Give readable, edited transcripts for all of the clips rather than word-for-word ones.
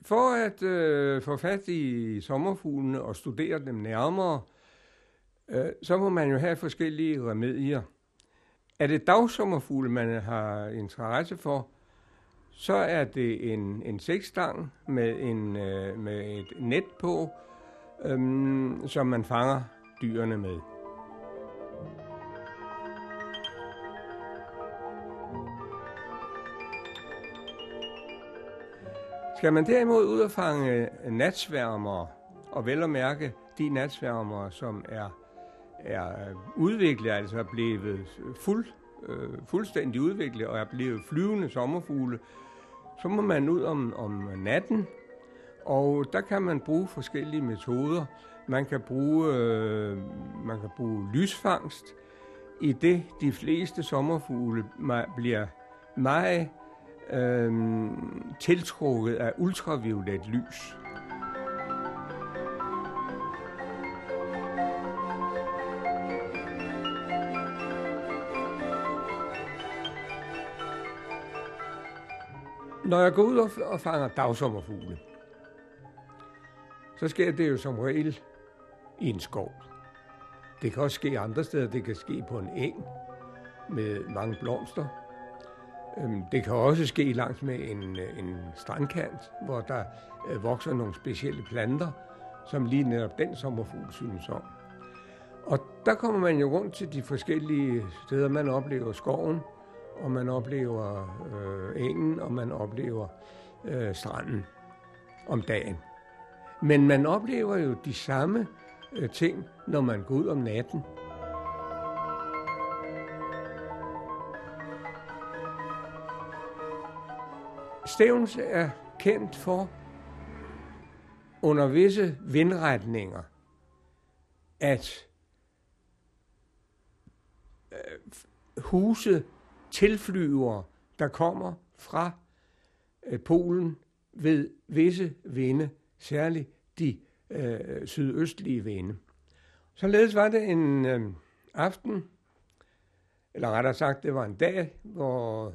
For at få fat i sommerfuglene og studere dem nærmere, så må man jo have forskellige remedier. Er det dagsommerfugle, man har interesse for, så er det en sækstang med et net på, som man fanger dyrene med. Skal man derimod ud og fange natsværmere, og vel at mærke de natsværmere, som er udviklet, altså er blevet fuldstændig udviklet og er blevet flyvende sommerfugle, så må man ud om natten, og der kan man bruge forskellige metoder. Man kan bruge lysfangst, i det de fleste sommerfugle bliver meget tiltrukket af ultraviolet lys. Når jeg går ud og fanger dagsommerfugle, så sker det jo som regel i en skov. Det kan også ske andre steder. Det kan ske på en eng med mange blomster. Det kan også ske langs med en strandkant, hvor der vokser nogle specielle planter, som lige netop den sommerfugl synes om. Og der kommer man jo rundt til de forskellige steder. Man oplever skoven, og man oplever engen, og man oplever stranden om dagen. Men man oplever jo de samme ting, når man går ud om natten. Stevns er kendt for, under visse vindretninger, at huse tilflyvere, der kommer fra Polen ved visse vinde, særligt de sydøstlige vinde. Således var det en aften, eller rettere sagt, det var en dag, hvor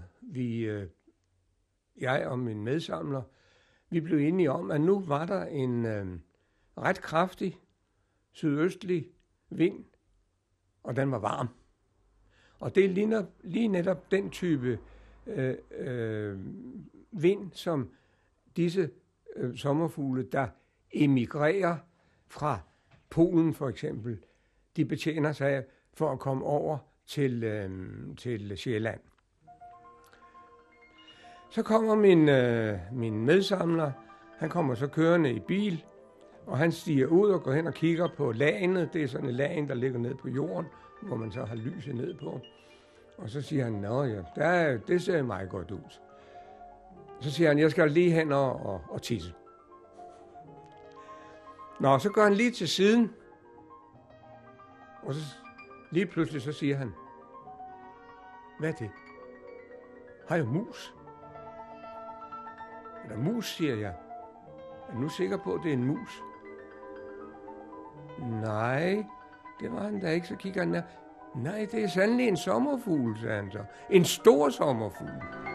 jeg og min medsamler, vi blev enige om, at nu var der en ret kraftig sydøstlig vind, og den var varm. Og det ligner lige netop den type vind, som disse sommerfugle, der emigrerer fra Polen for eksempel, de betjener sig af for at komme over til Sjælland. Så kommer min medsamler, han kommer så kørende i bil, og han stiger ud og går hen og kigger på lagenet. Det er sådan et lagen, der ligger ned på jorden, hvor man så har lyset ned på. Og så siger han, nå ja, det ser meget godt ud. Så siger han, jeg skal lige hen og tisse. Nå, så går han lige til siden, og så lige pludselig så siger han, hvad er det? Har jeg mus? Eller mus, siger jeg. Er du nu sikker på, at det er en mus? Nej, det var han da ikke. Så kigger han der. Nej, det er sandelig en sommerfugl, sagde han så. En stor sommerfugl.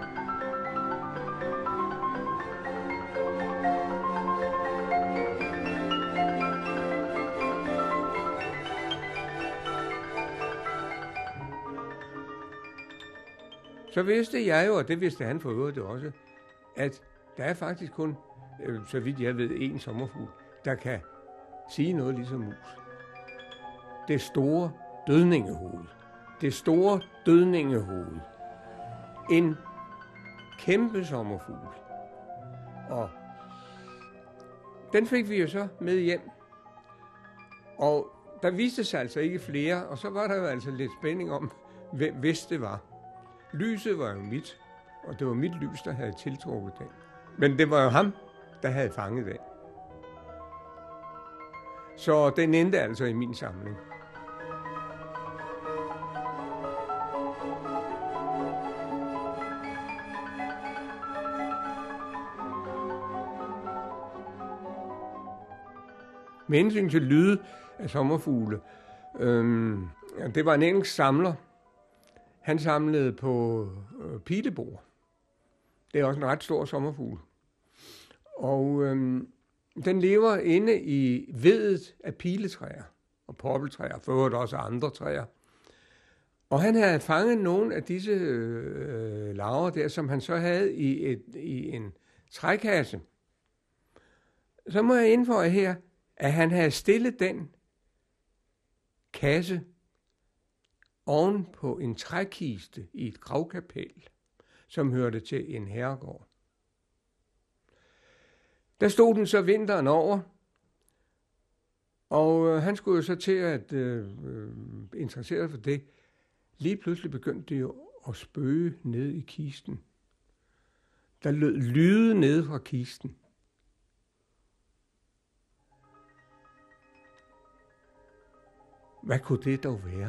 Så vidste jeg jo, og det vidste han for øvrigt også, at der er faktisk kun, så vidt jeg ved, én sommerfugl, der kan sige noget ligesom mus. Det store dødningehoved. Det store dødningehoved. En kæmpe sommerfugl. Og den fik vi jo så med hjem. Og der viste sig altså ikke flere, og så var der jo altså lidt spænding om, hvis det var. Lyset var jo mit, og det var mit lys, der havde tiltrukket den. Men det var jo ham, der havde fanget den. Så den endte altså i min samling. Med hensyn til lyde af sommerfugle, det var en engelsk samler. Han samlede på pilebor. Det er også en ret stor sommerfugl. Og den lever inde i vedet af piletræer og poppeltræer, for øvrigt også andre træer. Og han havde fanget nogle af disse larver der, som han så havde i en trækasse. Så må jeg indføje her, at han havde stillet den kasse oven på en trækiste i et gravkapel, som hørte til en herregård. Der stod den så vinteren over, og han skulle jo så til at interessere for det. Lige pludselig begyndte det jo at spøge ned i kisten. Der lød lyde nede fra kisten. Hvad kunne det dog være?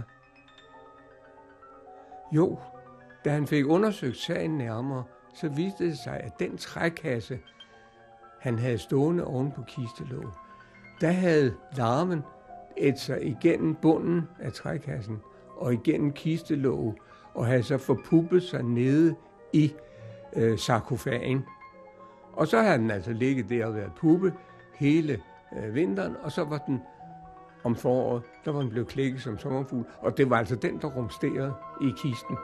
Jo, da han fik undersøgt sagen nærmere, så viste det sig, at den trækasse, han havde stående oven på kistelåget, der havde larven ædt sig igennem bunden af trækassen og igennem kistelåget, og havde så forpuppet sig nede i sarkofagen. Og så havde den altså ligget der og været puppe hele vinteren, og så var den om foråret, der var den blevet klækket som sommerfugl, og det var altså den, der rumsterede i kisten.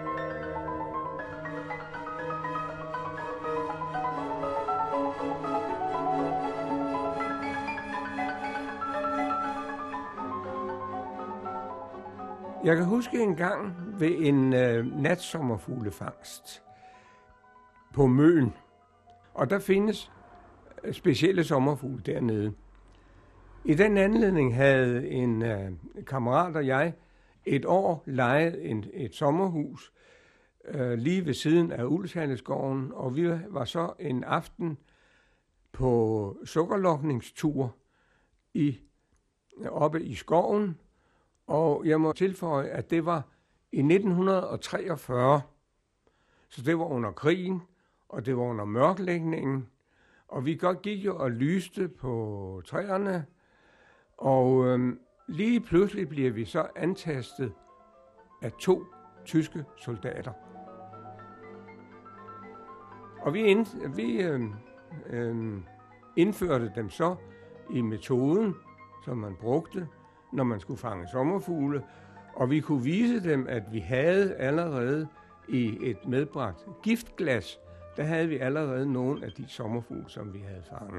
Jeg kan huske en gang ved en natsommerfuglefangst på Møn, og der findes specielle sommerfugle dernede. I den anledning havde en kammerat og jeg et år lejet et sommerhus lige ved siden af Ulshandeskoven, og vi var så en aften på sukkerlokningstur oppe i skoven, og jeg må tilføje, at det var i 1943, så det var under krigen, og det var under mørklægningen, og vi gik jo og lyste på træerne, og lige pludselig bliver vi så antastet af 2 tyske soldater. Og vi indførte dem så i metoden, som man brugte, når man skulle fange sommerfugle, og vi kunne vise dem, at vi havde allerede i et medbragt giftglas, der havde vi allerede nogle af de sommerfugle, som vi havde fanget.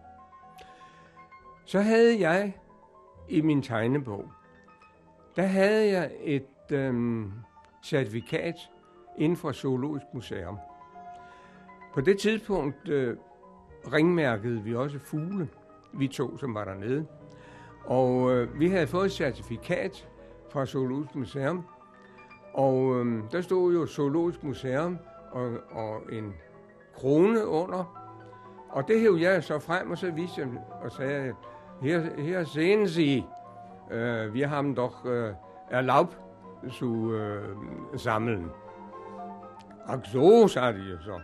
Så havde jeg i min tegnebog, der havde jeg et certifikat inden for Zoologisk Museum. På det tidspunkt ringmærkede vi også fugle, vi 2, som var dernede. Og vi havde fået et certifikat fra Zoologisk Museum, og der stod jo Zoologisk Museum og en krone under. Og det hævde jeg så frem, og så viste jeg og sagde, her sehen Sie, wir haben doch erlaubt zu sammeln. Ach so, sagde de så.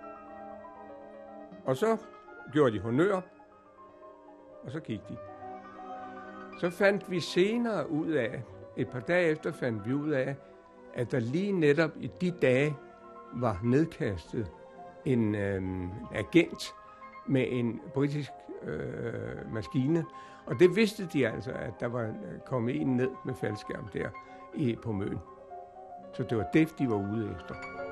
Og så gjorde de honør, og så gik de. Så fandt vi senere ud af, et par dage efter fandt vi ud af, at der lige netop i de dage var nedkastet en agent med en britisk maskine. Og det vidste de altså, at der var kommet en ned med faldskærm der på Møn. Så det var det, de var ude efter.